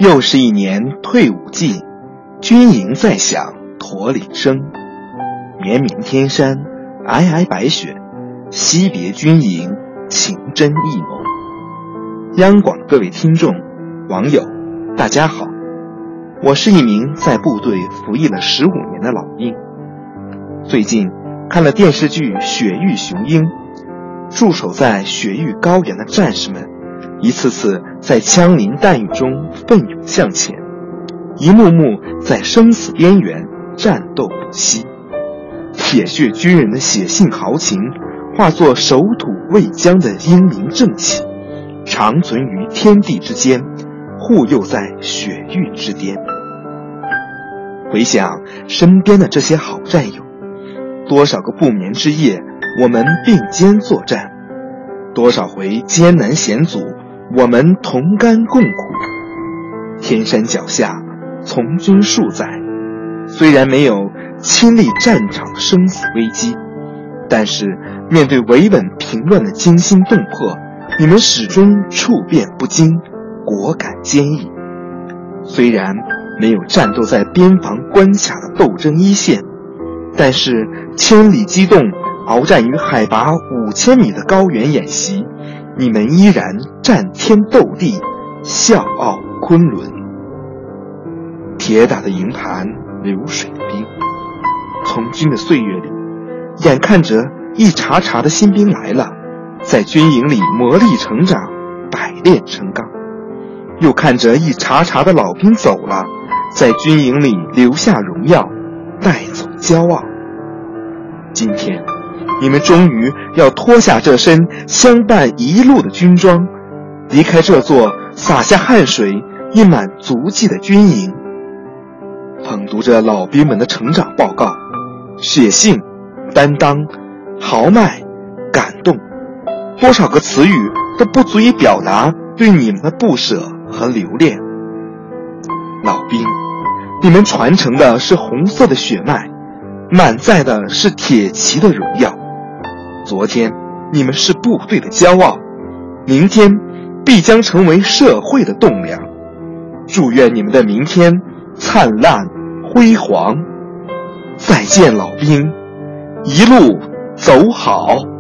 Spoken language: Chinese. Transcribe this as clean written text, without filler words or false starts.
又是一年退伍季，军营在响驼铃声。绵绵天山，皑皑白雪，惜别军营，情真意浓。央广各位听众、网友，大家好，我是一名在部队服役了15年的老兵。最近看了电视剧《雪域雄鹰》，驻守在雪域高原的战士们一次次在枪林弹雨中奋勇向前，一幕幕在生死边缘战斗不息。铁血军人的血性豪情化作守土卫疆的英明正气，长存于天地之间，护佑在雪域之巅。回想身边的这些好战友，多少个不眠之夜我们并肩作战，多少回艰难险阻我们同甘共苦。天山脚下从军数载，虽然没有亲历战场的生死危机，但是面对维稳平乱的惊心动魄，你们始终处变不惊，果敢坚毅。虽然没有战斗在边防关卡的斗争一线，但是千里机动鏖战于海拔5000米的高原演习，你们依然战天斗地，笑傲昆仑。铁打的营盘，流水的兵。从军的岁月里，眼看着一茬茬的新兵来了，在军营里磨砺成长，百炼成钢；又看着一茬茬的老兵走了，在军营里留下荣耀，带走骄傲。今天你们终于要脱下这身相伴一路的军装，离开这座洒下汗水印满足迹的军营，捧读着老兵们的成长报告，血性、担当、豪迈、感动，多少个词语都不足以表达对你们的不舍和留恋。老兵，你们传承的是红色的血脉，满载的是铁骑的荣耀。昨天你们是部队的骄傲，明天必将成为社会的栋梁。祝愿你们的明天灿烂辉煌。再见老兵，一路走好。